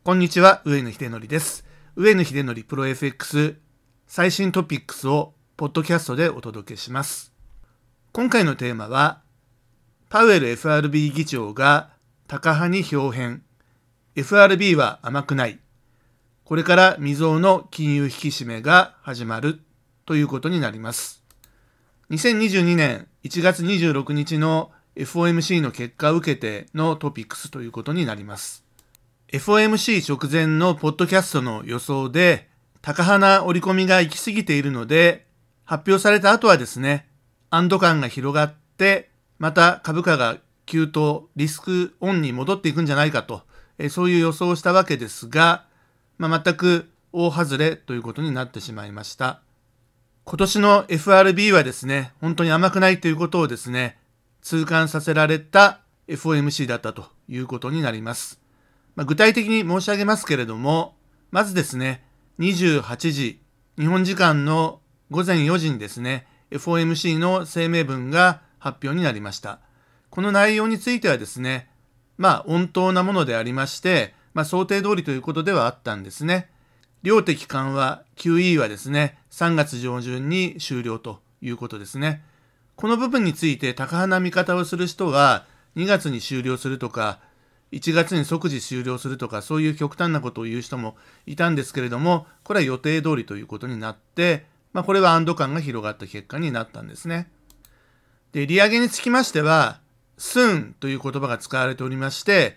こんにちは、上野秀則です。上野秀則プロ FX 最新トピックスをポッドキャストでお届けします。今回のテーマは、パウエル FRB 議長がタカ派に表変、FRB は甘くない、これから未曾有の金融引き締めが始まるということになります。2022年1月26日の FOMC の結果を受けてのトピックスということになります。FOMC 直前のポッドキャストの予想で、タカ派な織り込みが行き過ぎているので、発表された後はですね、安堵感が広がって、また株価が急騰、リスクオンに戻っていくんじゃないかと、そういう予想をしたわけですが、全く大外れということになってしまいました。今年の FRB はですね、本当に甘くないということをですね、痛感させられた FOMC だったということになります。具体的に申し上げますけれども、まずですね、28時、日本時間の午前4時にですね、FOMC の声明文が発表になりました。この内容についてはですね、穏当なものでありまして、想定通りということではあったんですね。量的緩和 QE はですね、3月上旬に終了ということですね。この部分についてタカ派な見方をする人は、2月に終了するとか、1月に即時終了するとか、そういう極端なことを言う人もいたんですけれども、これは予定通りということになって、これは安堵感が広がった結果になったんですね。で、利上げにつきましては、soon という言葉が使われておりまして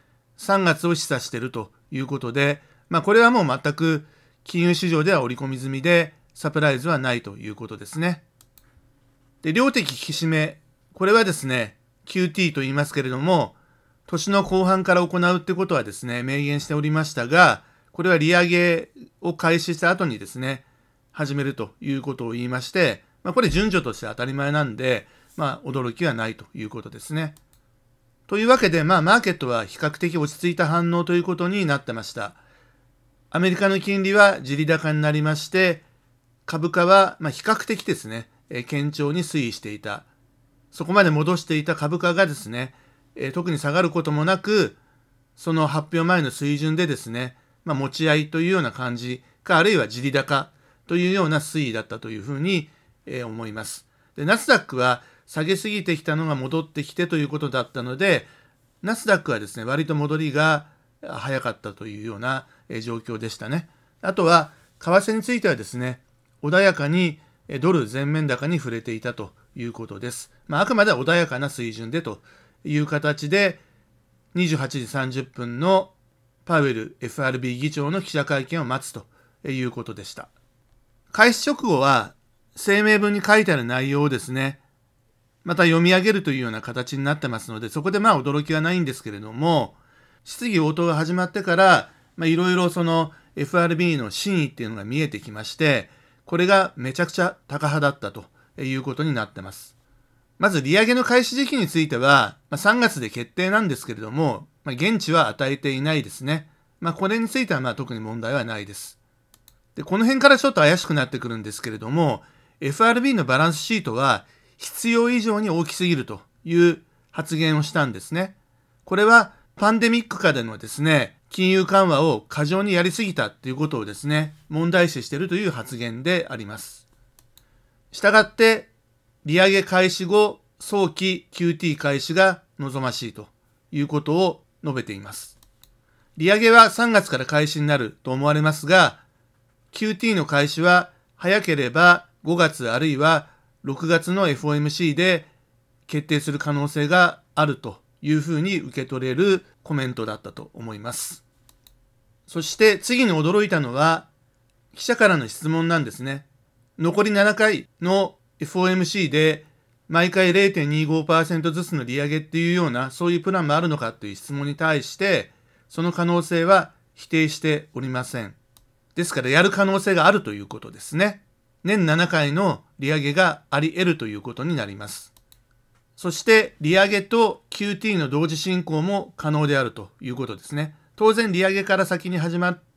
、3月を示唆しているということで、これはもう全く金融市場では織り込み済みで、サプライズはないということですね。で、量的引き締め、これはですね、QT と言いますけれども、年の後半から行うってことはですね、明言しておりましたが、これは利上げを開始した後にですね、始めるということを言いまして、これ順序として当たり前なんで、驚きはないということですね。というわけで、マーケットは比較的落ち着いた反応ということになってました。アメリカの金利は地利高になりまして、株価は比較的ですね、堅調に推移していた。そこまで戻していた株価がですね、特に下がることもなく、その発表前の水準でですね、持ち合いというような感じか、あるいは地利高というような推移だったというふうに、思います。で、ナスダックは下げすぎてきたのが戻ってきてということだったので、ナスダックはですね、割と戻りが早かったというような状況でしたね。あとは、為替についてはですね、穏やかにドル全面高に触れていたということです。あくまで穏やかな水準でという形で、28時30分のパウエル FRB 議長の記者会見を待つということでした。開始直後は声明文に書いてある内容をですね、また読み上げるというような形になってますので、そこで驚きはないんですけれども、質疑応答が始まってから、いろいろその FRB の真意っていうのが見えてきまして、これがめちゃくちゃタカ派だったということになってます。まず利上げの開始時期については、3月で決定なんですけれども、現地は与えていないですね。これについては特に問題はないです。で、この辺からちょっと怪しくなってくるんですけれども、FRB のバランスシートは必要以上に大きすぎるという発言をしたんですね。これはパンデミック下でのですね、金融緩和を過剰にやりすぎたということをですね、問題視しているという発言であります。したがって、利上げ開始後、早期 QT 開始が望ましいということを述べています。利上げは3月から開始になると思われますが、QT の開始は早ければ5月あるいは6月の FOMC で決定する可能性があるというふうに受け取れるコメントだったと思います。そして次に驚いたのは、記者からの質問なんですね。残り7回のFOMC で毎回 0.25% ずつの利上げっていうようなそういうプランもあるのかという質問に対してその可能性は否定しておりません。ですからやる可能性があるということですね。年7回の利上げがあり得るということになります。そして利上げと QT の同時進行も可能であるということですね。当然利上げから先に始まって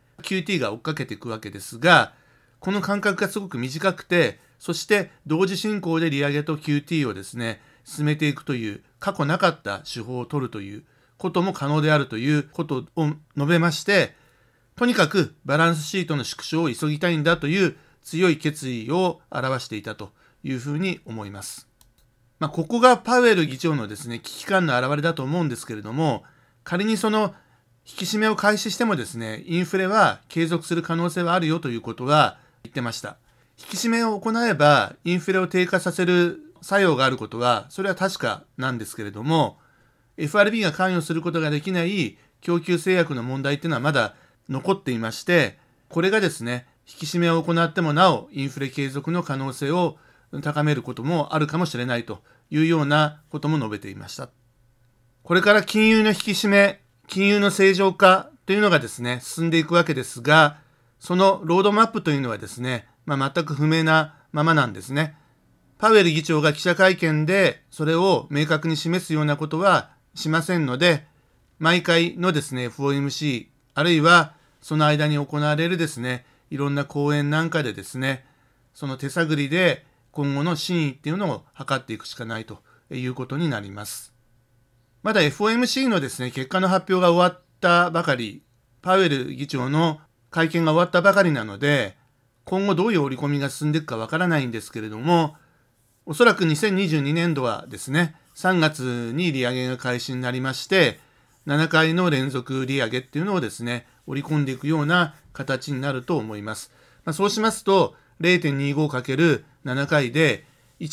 QT が追っかけていくわけですが、この間隔がすごく短くて、そして同時進行で利上げと QT をですね、進めていくという過去なかった手法を取るということも可能であるということを述べまして、とにかくバランスシートの縮小を急ぎたいんだという強い決意を表していたというふうに思います。ここがパウエル議長のですね、危機感の表れだと思うんですけれども、仮にその引き締めを開始してもですね、インフレは継続する可能性はあるよということは言ってました。引き締めを行えばインフレを低下させる作用があることは、それは確かなんですけれども、FRB が関与することができない供給制約の問題っていうのはまだ残っていまして、これがですね、引き締めを行ってもなおインフレ継続の可能性を高めることもあるかもしれないというようなことも述べていました。これから金融の引き締め、金融の正常化というのがですね、進んでいくわけですが、そのロードマップというのはですね、全く不明なままなんですね。パウエル議長が記者会見でそれを明確に示すようなことはしませんので、毎回のですね、FOMC、あるいはその間に行われるですね、いろんな講演なんかでですね、その手探りで今後の真意っていうのを測っていくしかないということになります。まだ FOMC のですね、結果の発表が終わったばかり、パウエル議長の会見が終わったばかりなので、今後どういう織り込みが進んでいくかわからないんですけれども、おそらく2022年度はですね、3月に利上げが開始になりまして、7回の連続利上げっていうのをですね、織り込んでいくような形になると思います。そうしますと、0.25×7 回で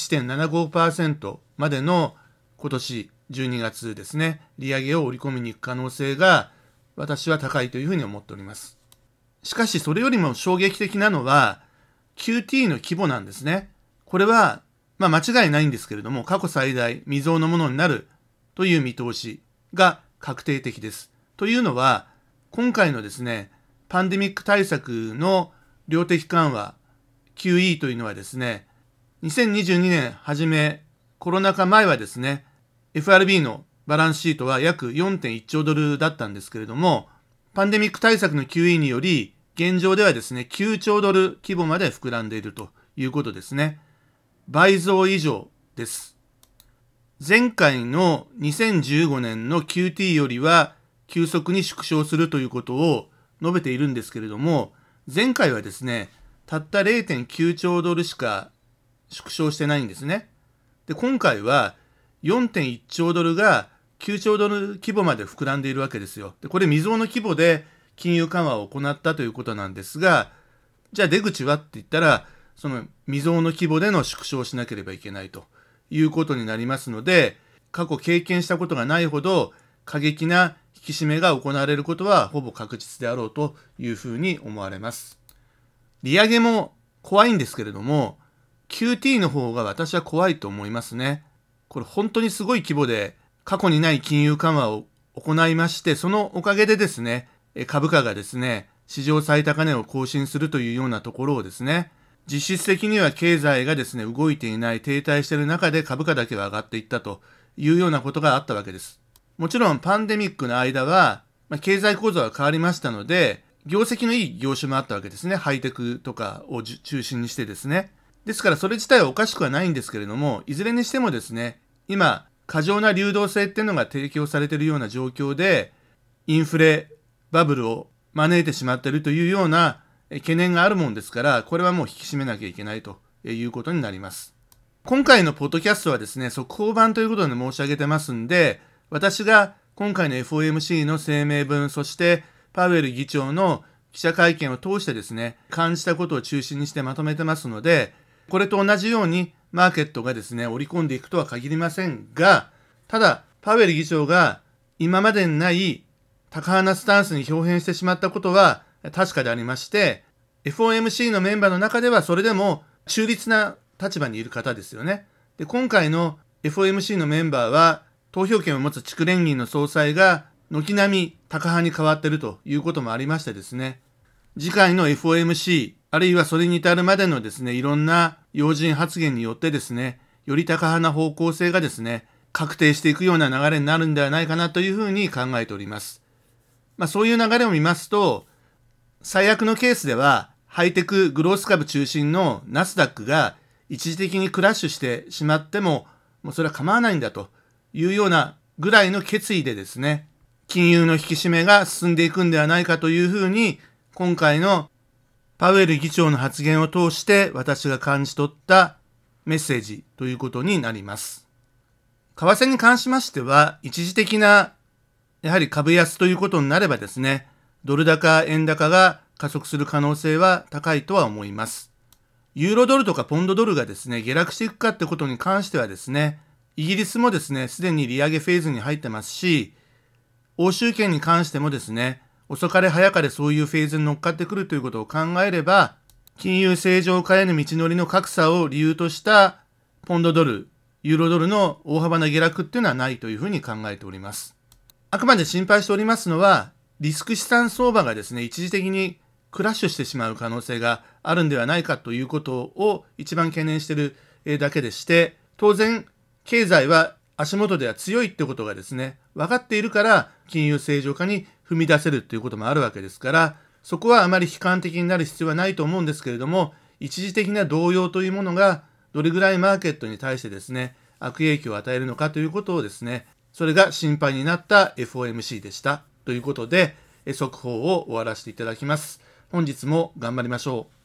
1.75% までの今年12月ですね、利上げを織り込みに行く可能性が私は高いというふうに思っております。しかしそれよりも衝撃的なのは QT の規模なんですね。これは間違いないんですけれども、過去最大未曾有のものになるという見通しが確定的です。というのは、今回のですね、パンデミック対策の量的緩和 QE というのはですね、2022年初め、コロナ禍前はですね、FRB のバランスシートは約 4.1 兆ドルだったんですけれども、パンデミック対策の QE により、現状ではですね、9兆ドル規模まで膨らんでいるということですね。倍増以上です。前回の2015年の QT よりは急速に縮小するということを述べているんですけれども、前回はですね、たった 0.9 兆ドルしか縮小してないんですね。で、今回は 4.1 兆ドルが9兆ドル規模まで膨らんでいるわけですよ。で、これ未曾有の規模で金融緩和を行ったということなんですが、じゃあ出口はって言ったら、その未曾有の規模での縮小をしなければいけないということになりますので、過去経験したことがないほど過激な引き締めが行われることはほぼ確実であろうというふうに思われます。利上げも怖いんですけれども、QT の方が私は怖いと思いますね。これ本当にすごい規模で過去にない金融緩和を行いまして、そのおかげでですね、株価がですね、史上最高値を更新するというようなところをですね、実質的には経済がですね、動いていない、停滞している中で株価だけは上がっていったというようなことがあったわけです。もちろんパンデミックの間は、経済構造が変わりましたので、業績のいい業種もあったわけですね。ハイテクとかを中心にしてですね。ですからそれ自体はおかしくはないんですけれども、いずれにしてもですね、今、過剰な流動性っていうのが提供されているような状況で、インフレバブルを招いてしまっているというような懸念があるもんですから、これはもう引き締めなきゃいけないということになります。今回のポッドキャストはですね、速報版ということで申し上げてますんで、私が今回の FOMC の声明文、そしてパウエル議長の記者会見を通してですね、感じたことを中心にしてまとめてますので、これと同じようにマーケットがですね、織り込んでいくとは限りませんが、ただ、パウエル議長が今までにない高派なスタンスに表変してしまったことは確かでありまして、FOMC のメンバーの中ではそれでも中立な立場にいる方ですよね。で、今回の FOMC のメンバーは投票権を持つ地区連銀の総裁が軒並み高派に変わっているということもありましてですね、次回の FOMC あるいはそれに至るまでのですね、いろんな要人発言によってですね、より高派な方向性がですね、確定していくような流れになるんではないかなというふうに考えております。そういう流れを見ますと、最悪のケースではハイテクグロース株中心のナスダックが一時的にクラッシュしてしまっても、もうそれは構わないんだというようなぐらいの決意でですね、 金融の引き締めが進んでいくんではないかというふうに、今回のパウエル議長の発言を通して私が感じ取ったメッセージということになります。為替に関しましては、一時的なやはり株安ということになればですね、ドル高、円高が加速する可能性は高いとは思います。ユーロドルとかポンドドルがですね、下落していくかってことに関してはですね、イギリスもですね、すでに利上げフェーズに入ってますし、欧州圏に関してもですね、遅かれ早かれそういうフェーズに乗っかってくるということを考えれば、金融正常化への道のりの格差を理由としたポンドドル、ユーロドルの大幅な下落っていうのはないというふうに考えております。あくまで心配しておりますのは、リスク資産相場がですね、一時的にクラッシュしてしまう可能性があるんではないかということを一番懸念しているだけでして、当然経済は足元では強いってことがですね、分かっているから金融正常化に踏み出せるということもあるわけですから、そこはあまり悲観的になる必要はないと思うんですけれども、一時的な動揺というものがどれぐらいマーケットに対してですね、悪影響を与えるのかということをですね、それが心配になった FOMC でしたということで、速報を終わらせていただきます。本日も頑張りましょう。